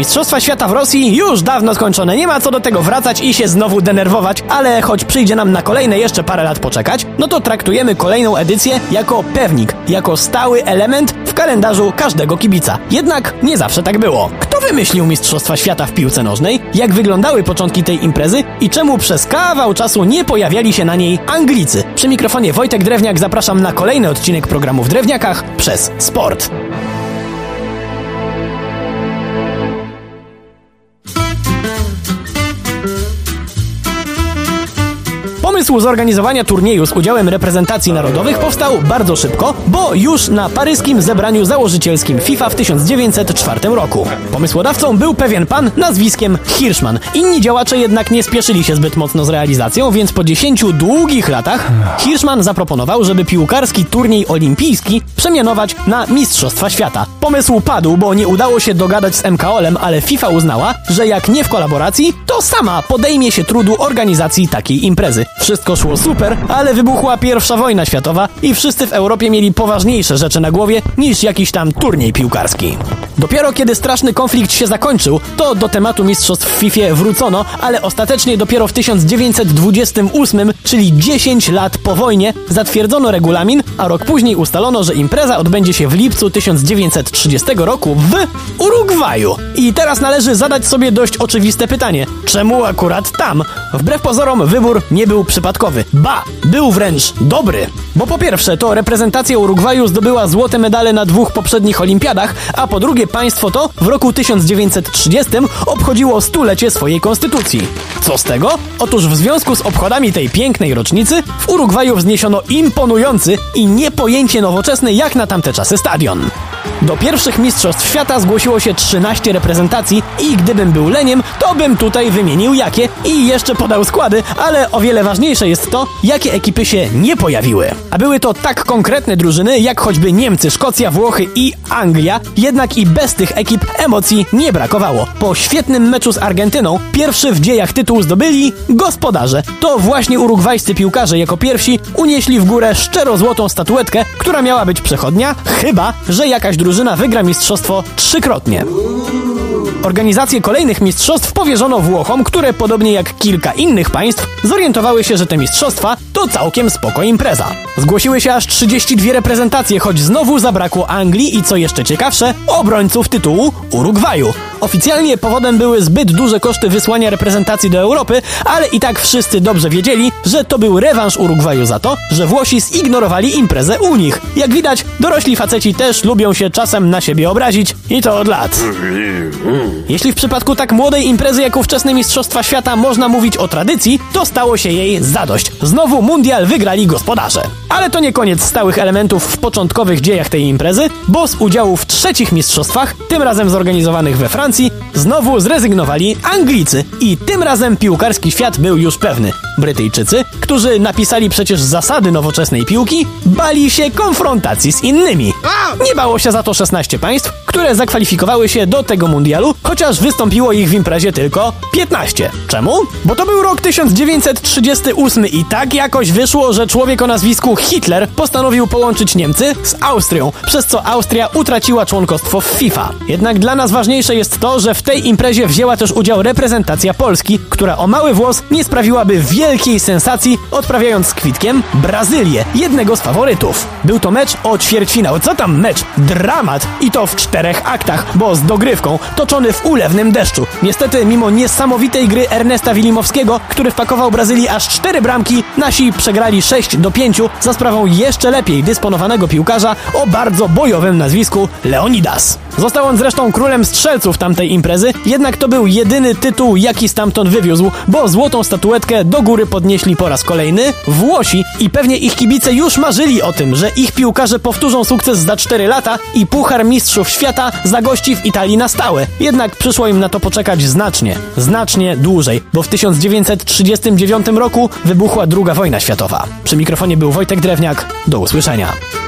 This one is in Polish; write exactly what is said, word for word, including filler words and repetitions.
Mistrzostwa Świata w Rosji już dawno skończone, nie ma co do tego wracać i się znowu denerwować, ale choć przyjdzie nam na kolejne jeszcze parę lat poczekać, no to traktujemy kolejną edycję jako pewnik, jako stały element w kalendarzu każdego kibica. Jednak nie zawsze tak było. Kto wymyślił Mistrzostwa Świata w piłce nożnej? Jak wyglądały początki tej imprezy? I czemu przez kawał czasu nie pojawiali się na niej Anglicy? Przy mikrofonie Wojtek Drewniak, zapraszam na kolejny odcinek programu w Drewniakach przez Sport. Pomysł zorganizowania turnieju z udziałem reprezentacji narodowych powstał bardzo szybko, bo już na paryskim zebraniu założycielskim FIFA w tysiąc dziewięćset czwartym roku. Pomysłodawcą był pewien pan nazwiskiem Hirschman. Inni działacze jednak nie spieszyli się zbyt mocno z realizacją, więc po dziesięciu długich latach Hirschman zaproponował, żeby piłkarski turniej olimpijski przemianować na Mistrzostwa Świata. Pomysł padł, bo nie udało się dogadać z M K O L-em, ale FIFA uznała, że jak nie w kolaboracji, to sama podejmie się trudu organizacji takiej imprezy. Wszystko szło super, ale wybuchła pierwsza wojna światowa i wszyscy w Europie mieli poważniejsze rzeczy na głowie niż jakiś tam turniej piłkarski. Dopiero kiedy straszny konflikt się zakończył, to do tematu mistrzostw w FIFA wrócono, ale ostatecznie dopiero w tysiąc dziewięćset dwudziestym ósmym, czyli dziesięć lat po wojnie, zatwierdzono regulamin, a rok później ustalono, że impreza odbędzie się w lipcu tysiąc dziewięćset trzydziestego roku w Urugwaju. I teraz należy zadać sobie dość oczywiste pytanie: czemu akurat tam? Wbrew pozorom wybór nie był przypadkowy. Ba, był wręcz dobry. Bo po pierwsze, to reprezentacja Urugwaju zdobyła złote medale na dwóch poprzednich olimpiadach, a po drugie państwo to w roku tysiąc dziewięćset trzydziestym obchodziło stulecie swojej konstytucji. Co z tego? Otóż w związku z obchodami tej pięknej rocznicy w Urugwaju wzniesiono imponujący i niepojęcie nowoczesny jak na tamte czasy stadion. Do pierwszych mistrzostw świata zgłosiło się trzynaście reprezentacji i gdybym był leniem, to bym tutaj wymienił jakie i jeszcze podał składy, ale o wiele ważniejsze jest to, jakie ekipy się nie pojawiły. A były to tak konkretne drużyny, jak choćby Niemcy, Szkocja, Włochy i Anglia, jednak i bez tych ekip emocji nie brakowało. Po świetnym meczu z Argentyną pierwszy w dziejach tytuł zdobyli gospodarze. To właśnie urugwajscy piłkarze jako pierwsi unieśli w górę szczero złotą statuetkę, która miała być przechodnia, chyba że jakaś drużyna wygra mistrzostwo trzykrotnie. Organizację kolejnych mistrzostw powierzono Włochom, które podobnie jak kilka innych państw zorientowały się, że te mistrzostwa to całkiem spoko impreza. Zgłosiły się aż trzydzieści dwie reprezentacje, choć znowu zabrakło Anglii i co jeszcze ciekawsze, obrońców tytułu Urugwaju. Oficjalnie powodem były zbyt duże koszty wysłania reprezentacji do Europy, ale i tak wszyscy dobrze wiedzieli, że to był rewanż Urugwaju za to, że Włosi zignorowali imprezę u nich. Jak widać, dorośli faceci też lubią się czasem na siebie obrazić i to od lat. Jeśli w przypadku tak młodej imprezy jak ówczesne Mistrzostwa Świata można mówić o tradycji, to stało się jej zadość. Znowu mundial wygrali gospodarze. Ale to nie koniec stałych elementów w początkowych dziejach tej imprezy, bo z udziału w trzecich mistrzostwach, tym razem zorganizowanych we Francji, znowu zrezygnowali Anglicy. I tym razem piłkarski świat był już pewny. Brytyjczycy, którzy napisali przecież zasady nowoczesnej piłki, bali się konfrontacji z innymi. Nie bało się za to szesnaście państw, które zakwalifikowały się do tego mundialu, chociaż wystąpiło ich w imprezie tylko piętnaście. Czemu? Bo to był rok tysiąc dziewięćset trzydziesty ósmy i tak jakoś wyszło, że człowiek o nazwisku Hitler postanowił połączyć Niemcy z Austrią, przez co Austria utraciła członkostwo w FIFA. Jednak dla nas ważniejsze jest to, że w tej imprezie wzięła też udział reprezentacja Polski, która o mały włos nie sprawiłaby wielkiej sensacji, odprawiając z kwitkiem Brazylię, jednego z faworytów. Był to mecz o ćwierćfinał. Co tam mecz? Dramat! I to w czterech aktach, bo z dogrywką, toczony w ulewnym deszczu. Niestety, mimo niesamowitej gry Ernesta Wilimowskiego, który wpakował Brazylii aż cztery bramki, nasi przegrali sześć do pięciu za sprawą jeszcze lepiej dysponowanego piłkarza o bardzo bojowym nazwisku Leonidas. Został on zresztą królem strzelców tamtej imprezy, jednak to był jedyny tytuł, jaki stamtąd wywiózł, bo złotą statuetkę do góry podnieśli po raz kolejny Włosi i pewnie ich kibice już marzyli o tym, że ich piłkarze powtórzą sukces za cztery lata i Puchar Mistrzów Świata zagości w Italii na stałe. Jednak przyszło im na to poczekać znacznie, znacznie dłużej, bo w tysiąc dziewięćset trzydziestym dziewiątym roku wybuchła druga wojna światowa. Przy mikrofonie był Wojtek Drewniak. Do usłyszenia.